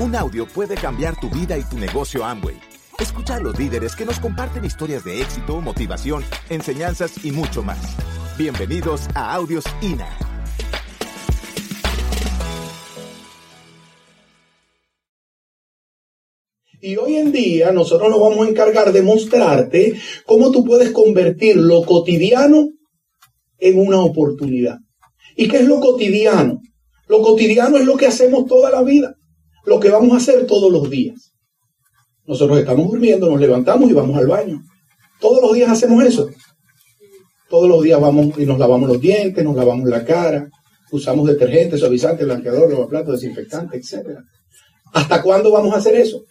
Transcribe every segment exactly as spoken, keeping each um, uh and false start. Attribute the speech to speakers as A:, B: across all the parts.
A: Un audio puede cambiar tu vida y tu negocio Amway. Escucha a los líderes que nos comparten historias de éxito, motivación, enseñanzas y mucho más. Bienvenidos a Audios I N A.
B: Y hoy en día nosotros nos vamos a encargar de mostrarte cómo tú puedes convertir lo cotidiano en una oportunidad. ¿Y qué es lo cotidiano? Lo cotidiano es lo que hacemos toda la vida, lo que vamos a hacer todos los días. Nosotros estamos durmiendo, nos levantamos y vamos al baño. Todos los días hacemos eso. Todos los días vamos y nos lavamos los dientes, nos lavamos la cara, usamos detergente, suavizante, blanqueador, lavaplatos, desinfectante, etcétera. ¿Hasta cuándo vamos a hacer eso?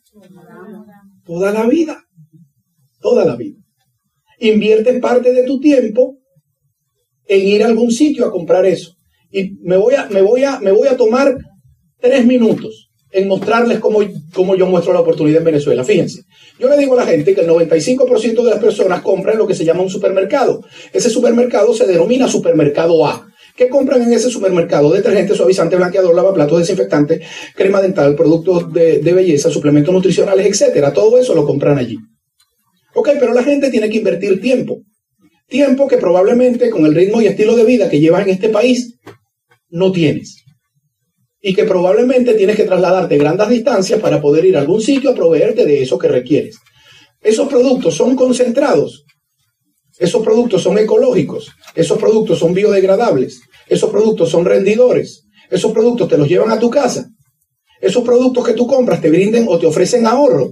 B: Toda la vida. Toda la vida. Inviertes parte de tu tiempo en ir a algún sitio a comprar eso. Y me voy a, me voy a, me voy a tomar tres minutos en mostrarles cómo, cómo yo muestro la oportunidad en Venezuela. Fíjense, yo le digo a la gente que el noventa y cinco por ciento de las personas compran lo que se llama un supermercado. Ese supermercado se denomina supermercado A. ¿Qué compran en ese supermercado? Detergente, suavizante, blanqueador, lavaplatos, desinfectante, crema dental, productos de, de belleza, suplementos nutricionales, etcétera. Todo eso lo compran allí. Ok, pero la gente tiene que invertir tiempo. Tiempo que probablemente con el ritmo y estilo de vida que llevas en este país no tienes. Y que probablemente tienes que trasladarte grandes distancias para poder ir a algún sitio a proveerte de eso que requieres. Esos productos son concentrados. Esos productos son ecológicos. Esos productos son biodegradables. Esos productos son rendidores. Esos productos te los llevan a tu casa. Esos productos que tú compras te brinden o te ofrecen ahorro.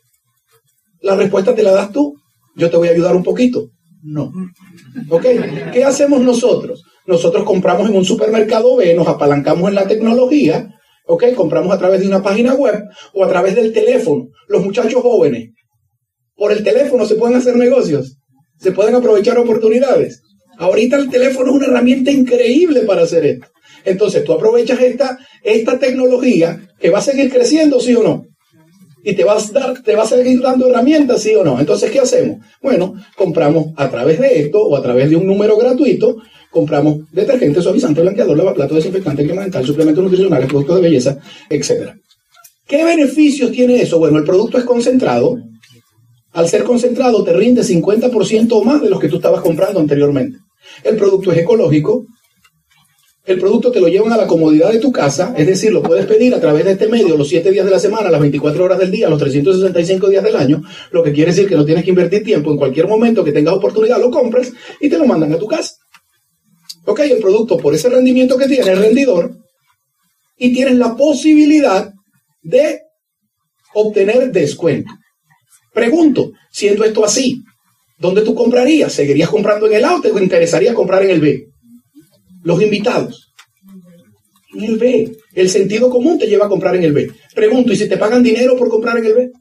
B: La respuesta te la das tú. Yo te voy a ayudar un poquito. No. ¿Ok? ¿Qué hacemos nosotros? Nosotros compramos en un supermercado B, nos apalancamos en la tecnología, ¿ok? Compramos a través de una página web o a través del teléfono. Los muchachos jóvenes, por el teléfono se pueden hacer negocios, se pueden aprovechar oportunidades. Ahorita el teléfono es una herramienta increíble para hacer esto. Entonces tú aprovechas esta, esta tecnología que va a seguir creciendo, ¿sí o no? Y te vas a dar, te va a seguir dando herramientas, ¿sí o no? Entonces, ¿qué hacemos? Bueno, compramos a través de esto o a través de un número gratuito, compramos detergente, suavizante, blanqueador, lavaplatos, desinfectante, crema dental, suplementos nutricionales, productos de belleza, etcétera. ¿Qué beneficios tiene eso? Bueno, el producto es concentrado. Al ser concentrado te rinde cincuenta por ciento o más de los que tú estabas comprando anteriormente. El producto es ecológico. El producto te lo llevan a la comodidad de tu casa, es decir, lo puedes pedir a través de este medio los siete días de la semana, las veinticuatro horas del día, los trescientos sesenta y cinco días del año, lo que quiere decir que no tienes que invertir tiempo. En cualquier momento que tengas oportunidad lo compras y te lo mandan a tu casa. Ok, el producto por ese rendimiento que tiene, el rendidor, y tienes la posibilidad de obtener descuento. Pregunto, siendo esto así, ¿dónde tú comprarías? ¿Seguirías comprando en el A o te interesaría comprar en el B? Los invitados. En el B. El sentido común te lleva a comprar en el B. Pregunto, ¿y si te pagan dinero por comprar en el B?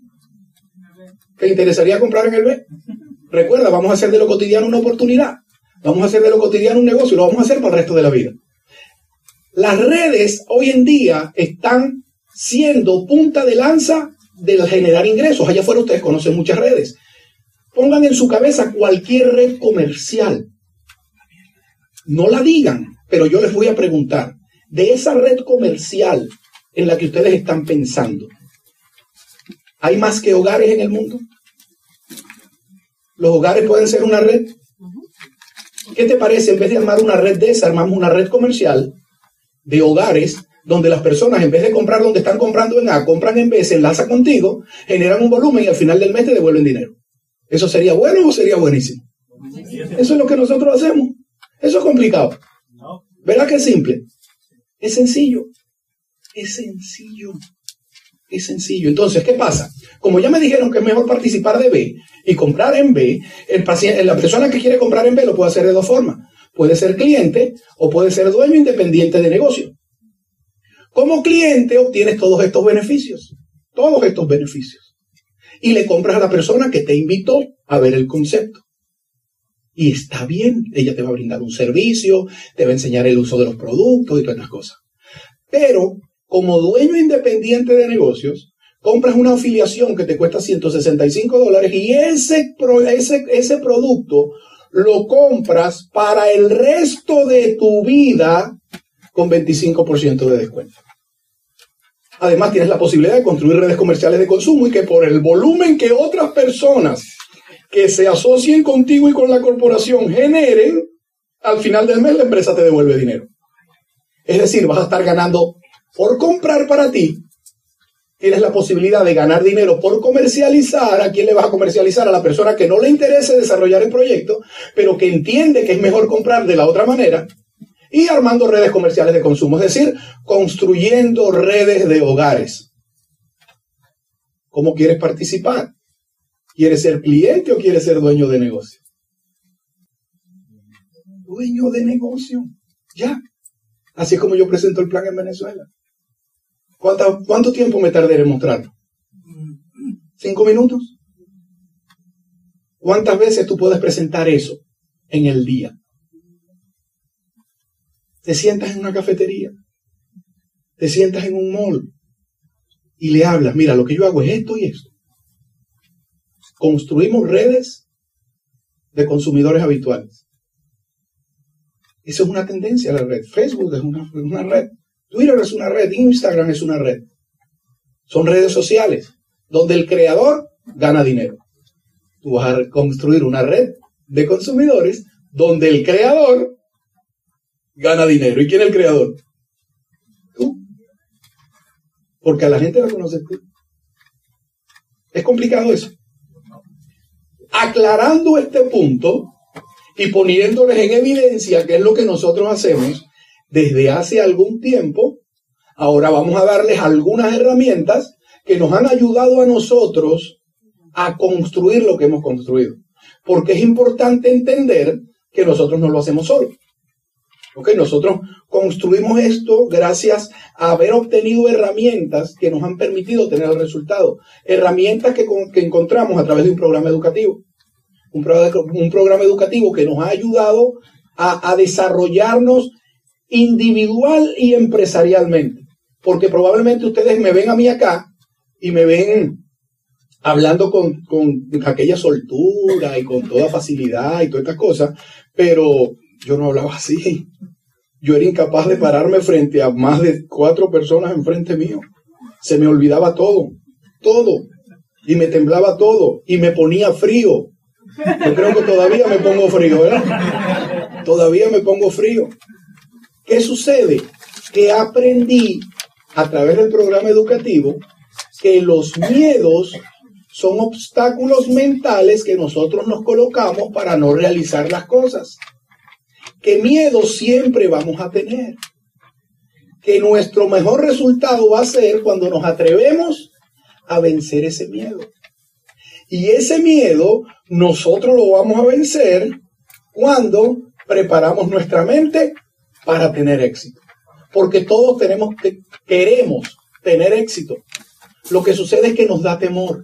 B: ¿Te interesaría comprar en el B? Recuerda, vamos a hacer de lo cotidiano una oportunidad. Vamos a hacer de lo cotidiano un negocio. Lo vamos a hacer para el resto de la vida. Las redes hoy en día están siendo punta de lanza del generar ingresos. Allá afuera ustedes conocen muchas redes. Pongan en su cabeza cualquier red comercial. No la digan, pero yo les voy a preguntar, de esa red comercial en la que ustedes están pensando, ¿hay más que hogares en el mundo? ¿Los hogares pueden ser una red? ¿Qué te parece? En vez de armar una red de esa, armamos una red comercial de hogares donde las personas, en vez de comprar donde están comprando en A, compran en B, se enlaza contigo, generan un volumen y al final del mes te devuelven dinero. ¿Eso sería bueno o sería buenísimo? Eso es lo que nosotros hacemos. Eso es complicado. ¿Verdad que es simple? Es sencillo. Es sencillo. Es sencillo. Entonces, ¿qué pasa? Como ya me dijeron que es mejor participar de B y comprar en B, el paciente, la persona que quiere comprar en B lo puede hacer de dos formas. Puede ser cliente o puede ser dueño independiente de negocio. Como cliente obtienes todos estos beneficios. Todos estos beneficios. Y le compras a la persona que te invitó a ver el concepto. Y está bien, ella te va a brindar un servicio, te va a enseñar el uso de los productos y todas estas cosas. Pero, como dueño independiente de negocios, compras una afiliación que te cuesta ciento sesenta y cinco dólares y ese, ese, ese producto lo compras para el resto de tu vida con veinticinco por ciento de descuento. Además, tienes la posibilidad de construir redes comerciales de consumo y que por el volumen que otras personas que se asocien contigo y con la corporación generen, al final del mes la empresa te devuelve dinero. Es decir, vas a estar ganando por comprar para ti. Tienes la posibilidad de ganar dinero por comercializar. ¿A quién le vas a comercializar? A la persona que no le interese desarrollar el proyecto, pero que entiende que es mejor comprar de la otra manera. Y armando redes comerciales de consumo, es decir, construyendo redes de hogares. ¿Cómo quieres participar? ¿Quieres ser cliente o quieres ser dueño de negocio? Dueño de negocio. Ya. Así es como yo presento el plan en Venezuela. ¿Cuánto, cuánto tiempo me tardé en mostrarlo? ¿Cinco minutos? ¿Cuántas veces tú puedes presentar eso en el día? Te sientas en una cafetería, te sientas en un mall y le hablas, mira, lo que yo hago es esto y esto. Construimos redes de consumidores habituales. Esa es una tendencia a la red. Facebook es una, una red. Twitter es una red. Instagram es una red. Son redes sociales donde el creador gana dinero. Tú vas a construir una red de consumidores donde el creador gana dinero. ¿Y quién es el creador? Tú. Porque a la gente la conoces tú. Es complicado eso. Aclarando este punto y poniéndoles en evidencia qué es lo que nosotros hacemos desde hace algún tiempo, ahora vamos a darles algunas herramientas que nos han ayudado a nosotros a construir lo que hemos construido. Porque es importante entender que nosotros no lo hacemos solos. Okay, nosotros construimos esto gracias a haber obtenido herramientas que nos han permitido tener el resultado. Herramientas que, que encontramos a través de un programa educativo. Un, pro, un programa educativo que nos ha ayudado a, a desarrollarnos individual y empresarialmente. Porque probablemente ustedes me ven a mí acá y me ven hablando con, con aquella soltura y con toda facilidad y todas estas cosas, pero yo no hablaba así. Yo era incapaz de pararme frente a más de cuatro personas enfrente mío. Se me olvidaba todo, todo. Y me temblaba todo. Y me ponía frío. Yo creo que todavía me pongo frío, ¿verdad? Todavía me pongo frío. ¿Qué sucede? Que aprendí a través del programa educativo que los miedos son obstáculos mentales que nosotros nos colocamos para no realizar las cosas. Que miedo siempre vamos a tener. Que nuestro mejor resultado va a ser cuando nos atrevemos a vencer ese miedo. Y ese miedo nosotros lo vamos a vencer cuando preparamos nuestra mente para tener éxito. Porque todos tenemos que, queremos tener éxito. Lo que sucede es que nos da temor.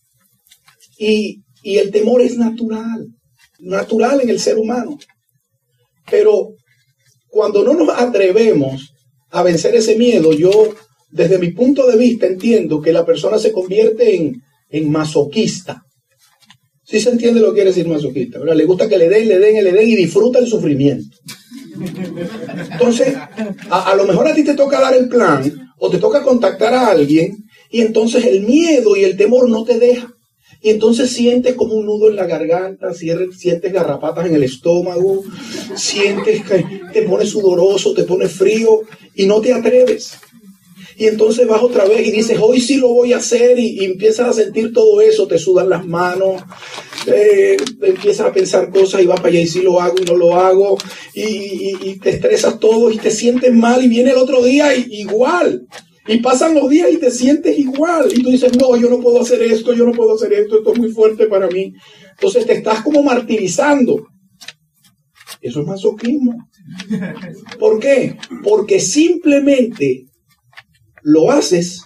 B: Y, y el temor es natural. Natural en el ser humano. Pero cuando no nos atrevemos a vencer ese miedo, yo, desde mi punto de vista, entiendo que la persona se convierte en, en masoquista. ¿Sí se entiende lo que quiere decir masoquista? ¿Verdad? Le gusta que le den, le den, le den y disfruta el sufrimiento. Entonces, a, a lo mejor a ti te toca dar el plan o te toca contactar a alguien y entonces el miedo y el temor no te dejan. Y entonces sientes como un nudo en la garganta, sientes garrapatas en el estómago, sientes que te pones sudoroso, te pones frío y no te atreves. Y entonces vas otra vez y dices, hoy sí lo voy a hacer y, y empiezas a sentir todo eso, te sudan las manos, eh, empiezas a pensar cosas y vas para allá y sí lo hago y no lo hago y, y, y te estresas todo y te sientes mal y viene el otro día y, igual. Y pasan los días y te sientes igual. Y tú dices, no, yo no puedo hacer esto, yo no puedo hacer esto, esto es muy fuerte para mí. Entonces te estás como martirizando. Eso es masoquismo. ¿Por qué? Porque simplemente lo haces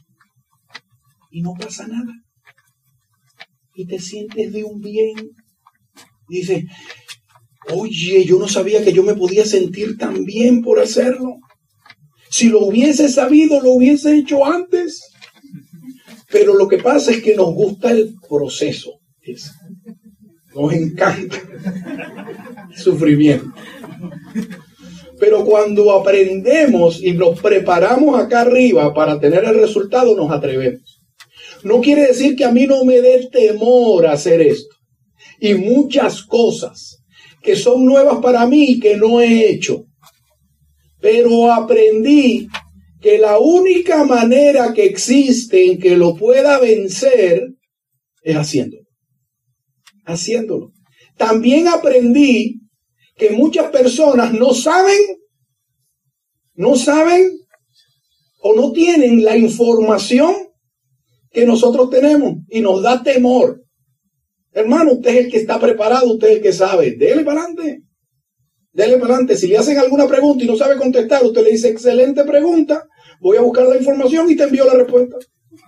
B: y no pasa nada. Y te sientes de un bien. Y dices, oye, yo no sabía que yo me podía sentir tan bien por hacerlo. Si lo hubiese sabido, lo hubiese hecho antes. Pero lo que pasa es que nos gusta el proceso. Nos encanta el sufrimiento. Pero cuando aprendemos y nos preparamos acá arriba para tener el resultado, nos atrevemos. No quiere decir que a mí no me dé temor hacer esto. Y muchas cosas que son nuevas para mí y que no he hecho. Pero aprendí que la única manera que existe en que lo pueda vencer es haciéndolo. Haciéndolo. También aprendí que muchas personas no saben, no saben o no tienen la información que nosotros tenemos y nos da temor. Hermano, usted es el que está preparado, usted es el que sabe. Dele para adelante. Dele para adelante. Si le hacen alguna pregunta y no sabe contestar, usted le dice, excelente pregunta, voy a buscar la información y te envío la respuesta.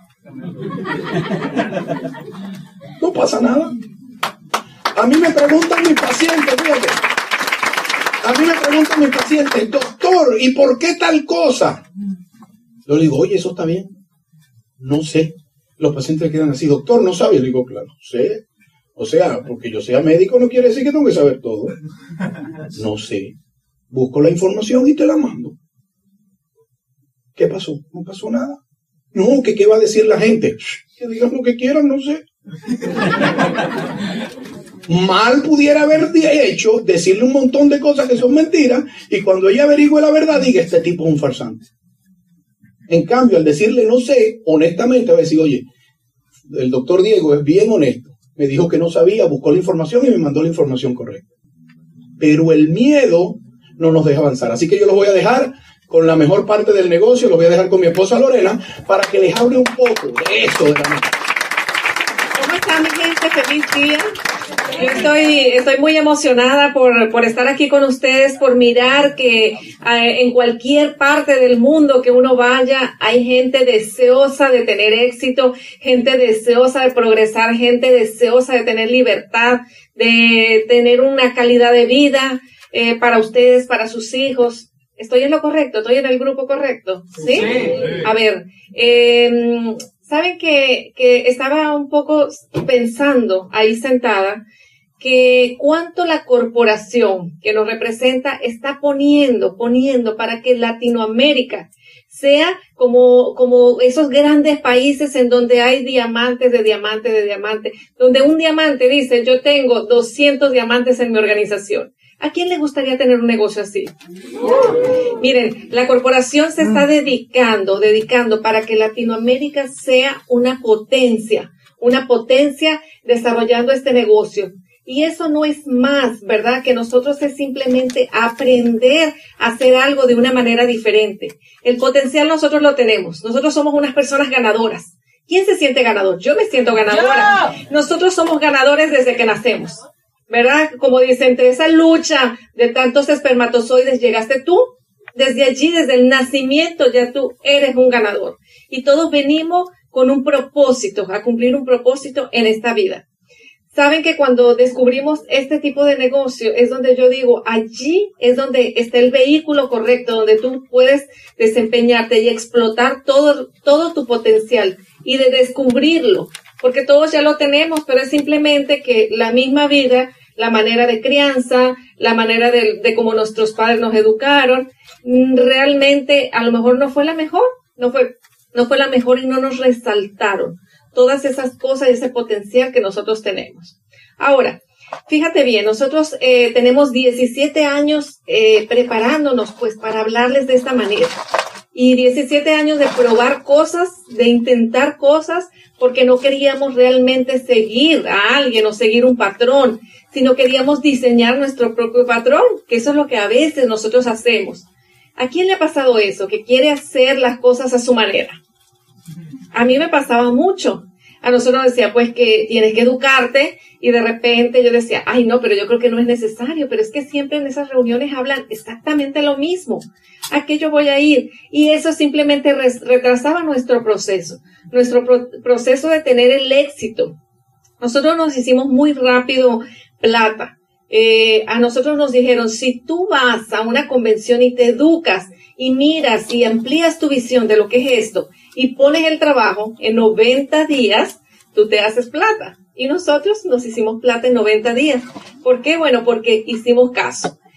B: No pasa nada. A mí me preguntan mis pacientes, fíjate. A mí me preguntan mis pacientes, doctor, ¿y por qué tal cosa? Yo le digo, oye, eso está bien. No sé. Los pacientes quedan así, doctor, ¿no sabe? Yo le digo, claro, sé. O sea, porque yo sea médico no quiere decir que tengo que saber todo. No sé. Busco la información y te la mando. ¿Qué pasó? No pasó nada. No, que qué va a decir la gente. Que digan lo que quieran, no sé. Mal pudiera haber hecho decirle un montón de cosas que son mentiras y cuando ella averigüe la verdad diga, este tipo es un farsante. En cambio, al decirle no sé, honestamente va a decir, oye, el doctor Diego es bien honesto. Me dijo que no sabía, buscó la información y me mandó la información correcta. Pero el miedo no nos deja avanzar. Así que yo los voy a dejar con la mejor parte del negocio, los voy a dejar con mi esposa Lorena para que les hable un poco de esto de la mente.
C: ¿Cómo están, mi gente? Feliz día. Yo estoy, estoy muy emocionada por, por estar aquí con ustedes, por mirar que eh, en cualquier parte del mundo que uno vaya, hay gente deseosa de tener éxito, gente deseosa de progresar, gente deseosa de tener libertad, de tener una calidad de vida eh, para ustedes, para sus hijos. ¿Estoy en lo correcto? ¿Estoy en el grupo correcto? ¿Sí? Sí. A ver, eh, ¿saben que, que estaba un poco pensando ahí sentada que cuánto la corporación que nos representa está poniendo, poniendo para que Latinoamérica sea como, como esos grandes países en donde hay diamantes de diamantes de diamantes, donde un diamante dice, yo tengo doscientos diamantes en mi organización. ¿A quién le gustaría tener un negocio así? Uh, miren, la corporación se está dedicando, dedicando para que Latinoamérica sea una potencia, una potencia desarrollando este negocio. Y eso no es más, ¿verdad? Que nosotros es simplemente aprender a hacer algo de una manera diferente. El potencial nosotros lo tenemos. Nosotros somos unas personas ganadoras. ¿Quién se siente ganador? Yo me siento ganadora. ¡Yo! Nosotros somos ganadores desde que nacemos, ¿verdad? Como dice, entre esa lucha de tantos espermatozoides llegaste tú. Desde allí, desde el nacimiento, ya tú eres un ganador. Y todos venimos con un propósito, a cumplir un propósito en esta vida. Saben que cuando descubrimos este tipo de negocio es donde yo digo, allí es donde está el vehículo correcto, donde tú puedes desempeñarte y explotar todo, todo tu potencial y de descubrirlo, porque todos ya lo tenemos, pero es simplemente que la misma vida, la manera de crianza, la manera de, de cómo nuestros padres nos educaron, realmente a lo mejor no fue la mejor, no fue, no fue la mejor y no nos resaltaron todas esas cosas y ese potencial que nosotros tenemos. Ahora, fíjate bien, nosotros eh, tenemos diecisiete años eh, preparándonos pues para hablarles de esta manera. Y diecisiete años de probar cosas, de intentar cosas, porque no queríamos realmente seguir a alguien o seguir un patrón, sino queríamos diseñar nuestro propio patrón, que eso es lo que a veces nosotros hacemos. ¿A quién le ha pasado eso? Que quiere hacer las cosas a su manera. A mí me pasaba mucho. A nosotros nos decía, pues, que tienes que educarte, y de repente yo decía, ay, no, pero yo creo que no es necesario, pero es que siempre en esas reuniones hablan exactamente lo mismo. ¿A qué yo voy a ir? Y eso simplemente retrasaba nuestro proceso, nuestro pro- proceso de tener el éxito. Nosotros nos hicimos muy rápido plata. Eh, a nosotros nos dijeron, si tú vas a una convención y te educas y miras y amplías tu visión de lo que es esto y pones el trabajo en noventa días, tú te haces plata. Y nosotros nos hicimos plata en noventa días. ¿Por qué? Bueno, porque hicimos caso.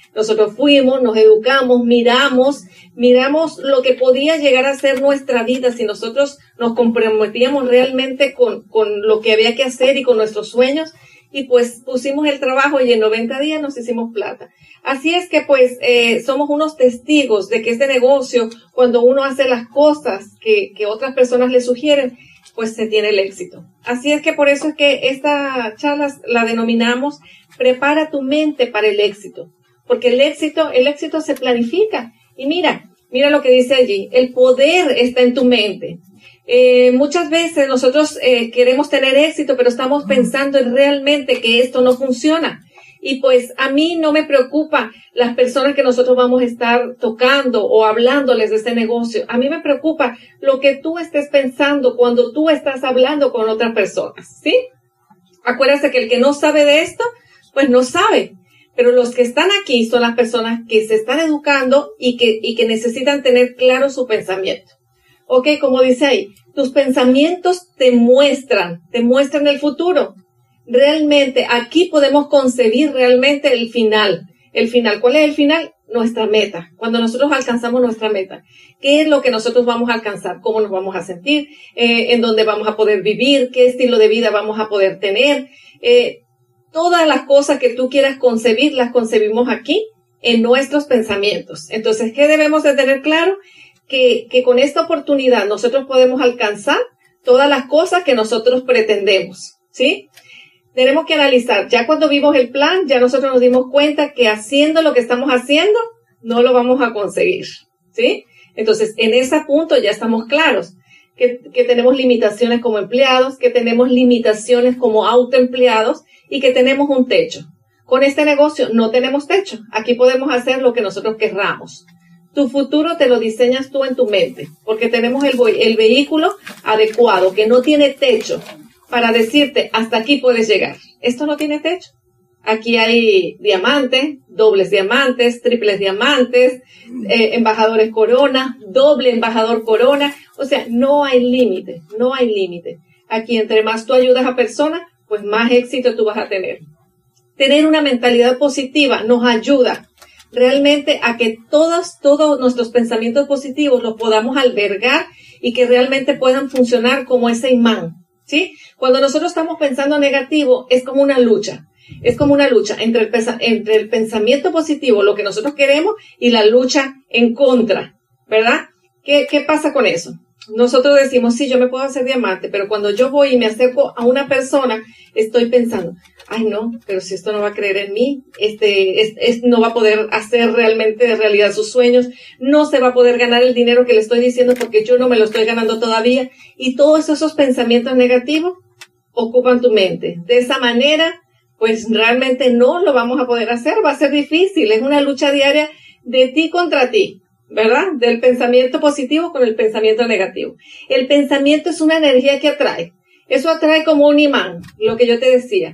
C: Nosotros fuimos, nos educamos, miramos, miramos lo que podía llegar a ser nuestra vida si nosotros nos comprometíamos realmente con, con lo que había que hacer y con nuestros sueños. Y pues pusimos el trabajo y en noventa días nos hicimos plata. Así es que pues eh, somos unos testigos de que este negocio, cuando uno hace las cosas que, que otras personas le sugieren, pues se tiene el éxito. Así es que por eso es que esta charla la denominamos Prepara tu mente para el éxito. Porque el éxito, el éxito se planifica. Y mira, mira lo que dice allí, el poder está en tu mente. Eh, muchas veces nosotros eh, queremos tener éxito, pero estamos pensando en realmente que esto no funciona. Y pues a mí no me preocupa las personas que nosotros vamos a estar tocando o hablándoles de este negocio. A mí me preocupa lo que tú estés pensando cuando tú estás hablando con otras personas, ¿sí? Acuérdate que el que no sabe de esto, pues no sabe. Pero los que están aquí son las personas que se están educando y que, y que necesitan tener claro su pensamiento. Ok, como dice ahí, tus pensamientos te muestran, te muestran el futuro. Realmente, aquí podemos concebir realmente el final. El final, ¿cuál es el final? Nuestra meta. Cuando nosotros alcanzamos nuestra meta, ¿qué es lo que nosotros vamos a alcanzar? ¿Cómo nos vamos a sentir? Eh, ¿En dónde vamos a poder vivir? ¿Qué estilo de vida vamos a poder tener? Eh, todas las cosas que tú quieras concebir, las concebimos aquí en nuestros pensamientos. Entonces, ¿qué debemos de tener claro? Que, que con esta oportunidad nosotros podemos alcanzar todas las cosas que nosotros pretendemos, ¿sí? Tenemos que analizar, ya cuando vimos el plan, ya nosotros nos dimos cuenta que haciendo lo que estamos haciendo, no lo vamos a conseguir, ¿sí? Entonces, en ese punto ya estamos claros, que, que tenemos limitaciones como empleados, que tenemos limitaciones como autoempleados y que tenemos un techo. Con este negocio no tenemos techo, aquí podemos hacer lo que nosotros querramos. Tu futuro te lo diseñas tú en tu mente, porque tenemos el, el vehículo adecuado, que no tiene techo, para decirte, hasta aquí puedes llegar. Esto no tiene techo. Aquí hay diamantes, dobles diamantes, triples diamantes, eh, embajadores corona, doble embajador corona. O sea, no hay límite, no hay límite. Aquí, entre más tú ayudas a personas, pues más éxito tú vas a tener. Tener una mentalidad positiva nos ayuda realmente a que todos, todos nuestros pensamientos positivos los podamos albergar y que realmente puedan funcionar como ese imán, ¿sí? Cuando nosotros estamos pensando negativo, es como una lucha. Es como una lucha entre el, entre el pensamiento positivo, lo que nosotros queremos, y la lucha en contra, ¿verdad? ¿Qué, qué pasa con eso? Nosotros decimos, sí, yo me puedo hacer diamante, pero cuando yo voy y me acerco a una persona, estoy pensando, ay no, pero si esto no va a creer en mí, este, es, es, no va a poder hacer realmente de realidad sus sueños, no se va a poder ganar el dinero que le estoy diciendo porque yo no me lo estoy ganando todavía, y todos esos pensamientos negativos ocupan tu mente. De esa manera, pues realmente no lo vamos a poder hacer, va a ser difícil, es una lucha diaria de ti contra ti, ¿verdad? Del pensamiento positivo con el pensamiento negativo. El pensamiento es una energía que atrae, eso atrae como un imán, lo que yo te decía.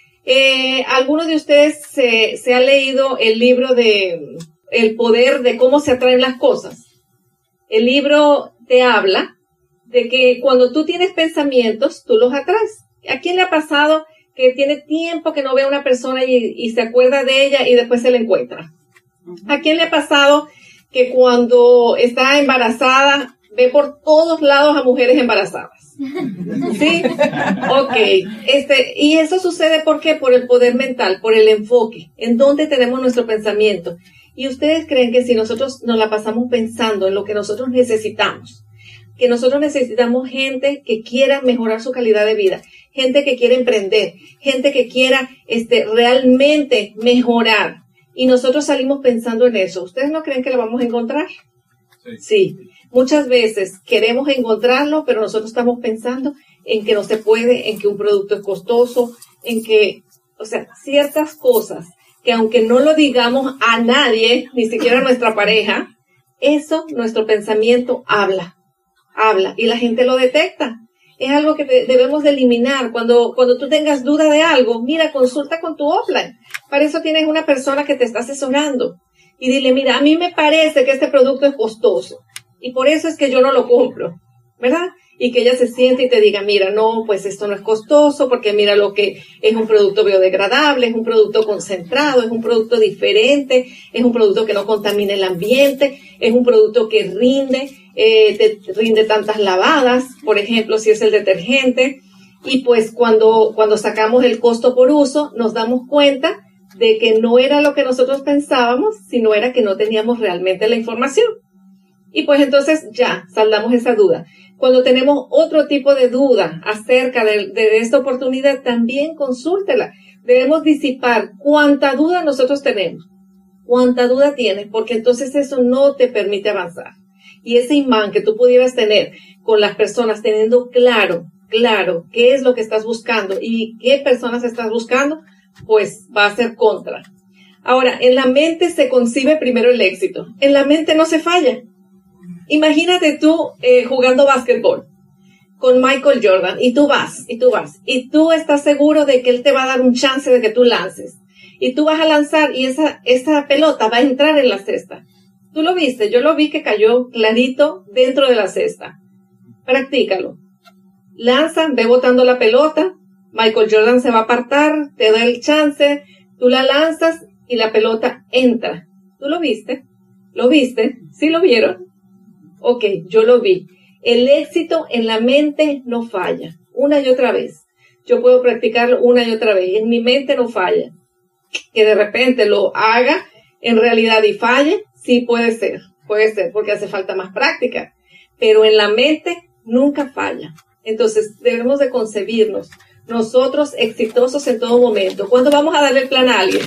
C: Eh, ¿Alguno de ustedes se, se ha leído el libro de El poder de cómo se atraen las cosas? El libro te habla de que cuando tú tienes pensamientos, tú los atraes. ¿A quién le ha pasado que tiene tiempo que no ve a una persona y, y se acuerda de ella y después se la encuentra? ¿A quién le ha pasado que cuando está embarazada ve por todos lados a mujeres embarazadas? ¿Sí? Ok. Este, y eso sucede ¿por qué? Por el poder mental, por el enfoque, en dónde tenemos nuestro pensamiento. Y ustedes creen que si nosotros nos la pasamos pensando en lo que nosotros necesitamos, que nosotros necesitamos gente que quiera mejorar su calidad de vida, gente que quiera emprender, gente que quiera este, realmente mejorar, y nosotros salimos pensando en eso, ¿ustedes no creen que lo vamos a encontrar? Sí. Sí. Muchas veces queremos encontrarlo, pero nosotros estamos pensando en que no se puede, en que un producto es costoso, en que, o sea, ciertas cosas que aunque no lo digamos a nadie, ni siquiera a nuestra pareja, eso, nuestro pensamiento habla, habla, y la gente lo detecta. Es algo que debemos de eliminar. Cuando, cuando tú tengas duda de algo, mira, consulta con tu offline. Para eso tienes una persona que te está asesorando. Y dile, mira, a mí me parece que este producto es costoso. Y por eso es que yo no lo compro, ¿verdad? Y que ella se siente y te diga, mira, no, pues esto no es costoso, porque mira lo que es un producto biodegradable, es un producto concentrado, es un producto diferente, es un producto que no contamina el ambiente, es un producto que rinde, eh, te rinde tantas lavadas, por ejemplo, si es el detergente. Y pues cuando, cuando sacamos el costo por uso, nos damos cuenta de que no era lo que nosotros pensábamos, sino era que no teníamos realmente la información. Y pues entonces ya saldamos esa duda. Cuando tenemos otro tipo de duda acerca de, de esta oportunidad, también consúltela. Debemos disipar cuánta duda nosotros tenemos, cuánta duda tienes, porque entonces eso no te permite avanzar. Y ese imán que tú pudieras tener con las personas teniendo claro, claro, qué es lo que estás buscando y qué personas estás buscando, pues va a ser contra. Ahora, en la mente se concibe primero el éxito. En la mente no se falla. Imagínate tú eh, jugando básquetbol con Michael Jordan y tú vas, y tú vas, y tú estás seguro de que él te va a dar un chance de que tú lances. Y tú vas a lanzar y esa, esa pelota va a entrar en la cesta. Tú lo viste, yo lo vi que cayó clarito dentro de la cesta. Practícalo. Lanza, ve botando la pelota, Michael Jordan se va a apartar, te da el chance, tú la lanzas y la pelota entra. ¿Tú lo viste? ¿Lo viste? ¿Sí lo vieron? Ok, yo lo vi. El éxito en la mente no falla, una y otra vez. Yo puedo practicarlo una y otra vez. En mi mente no falla. Que de repente lo haga en realidad y falle, sí puede ser, puede ser, porque hace falta más práctica. Pero en la mente nunca falla. Entonces debemos de concebirnos nosotros exitosos en todo momento. ¿Cuándo vamos a darle el plan a alguien?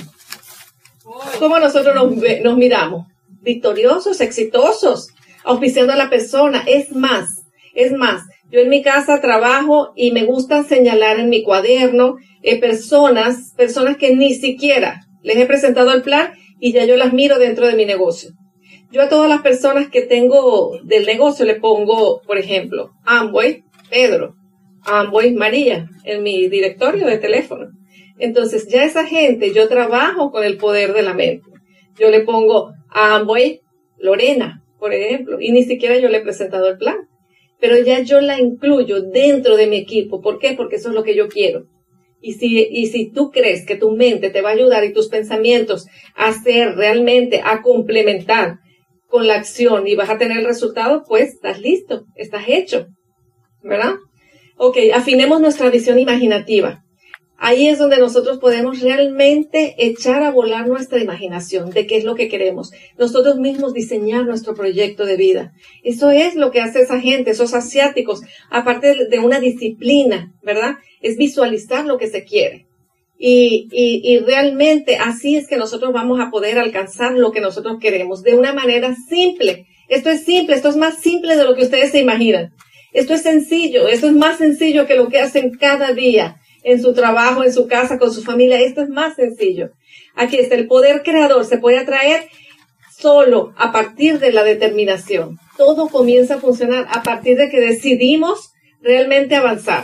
C: ¿Cómo nosotros nos, nos miramos? Victoriosos, exitosos, auspiciando a la persona. Es más, es más, yo en mi casa trabajo y me gusta señalar en mi cuaderno eh, personas, personas que ni siquiera les he presentado el plan y ya yo las miro dentro de mi negocio. Yo a todas las personas que tengo del negocio le pongo, por ejemplo, Amway, Pedro, Amway, María, en mi directorio de teléfono. Entonces ya esa gente, yo trabajo con el poder de la mente. Yo le pongo a Amway, Lorena, por ejemplo, y ni siquiera yo le he presentado el plan. Pero ya yo la incluyo dentro de mi equipo. ¿Por qué? Porque eso es lo que yo quiero. Y si, y si tú crees que tu mente te va a ayudar y tus pensamientos a hacer realmente, a complementar con la acción y vas a tener el resultado, pues estás listo, estás hecho, ¿verdad? Ok, afinemos nuestra visión imaginativa. Ahí es donde nosotros podemos realmente echar a volar nuestra imaginación de qué es lo que queremos. Nosotros mismos diseñar nuestro proyecto de vida. Eso es lo que hace esa gente, esos asiáticos, aparte de una disciplina, ¿verdad? Es visualizar lo que se quiere. Y, y, y realmente así es que nosotros vamos a poder alcanzar lo que nosotros queremos de una manera simple. Esto es simple, esto es más simple de lo que ustedes se imaginan. Esto es sencillo, esto es más sencillo que lo que hacen cada día en su trabajo, en su casa, con su familia. Esto es más sencillo. Aquí está, el poder creador se puede atraer solo a partir de la determinación. Todo comienza a funcionar a partir de que decidimos realmente avanzar.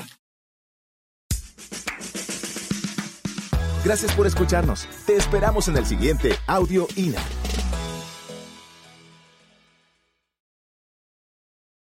A: Gracias por escucharnos. Te esperamos en el siguiente Audio I N A.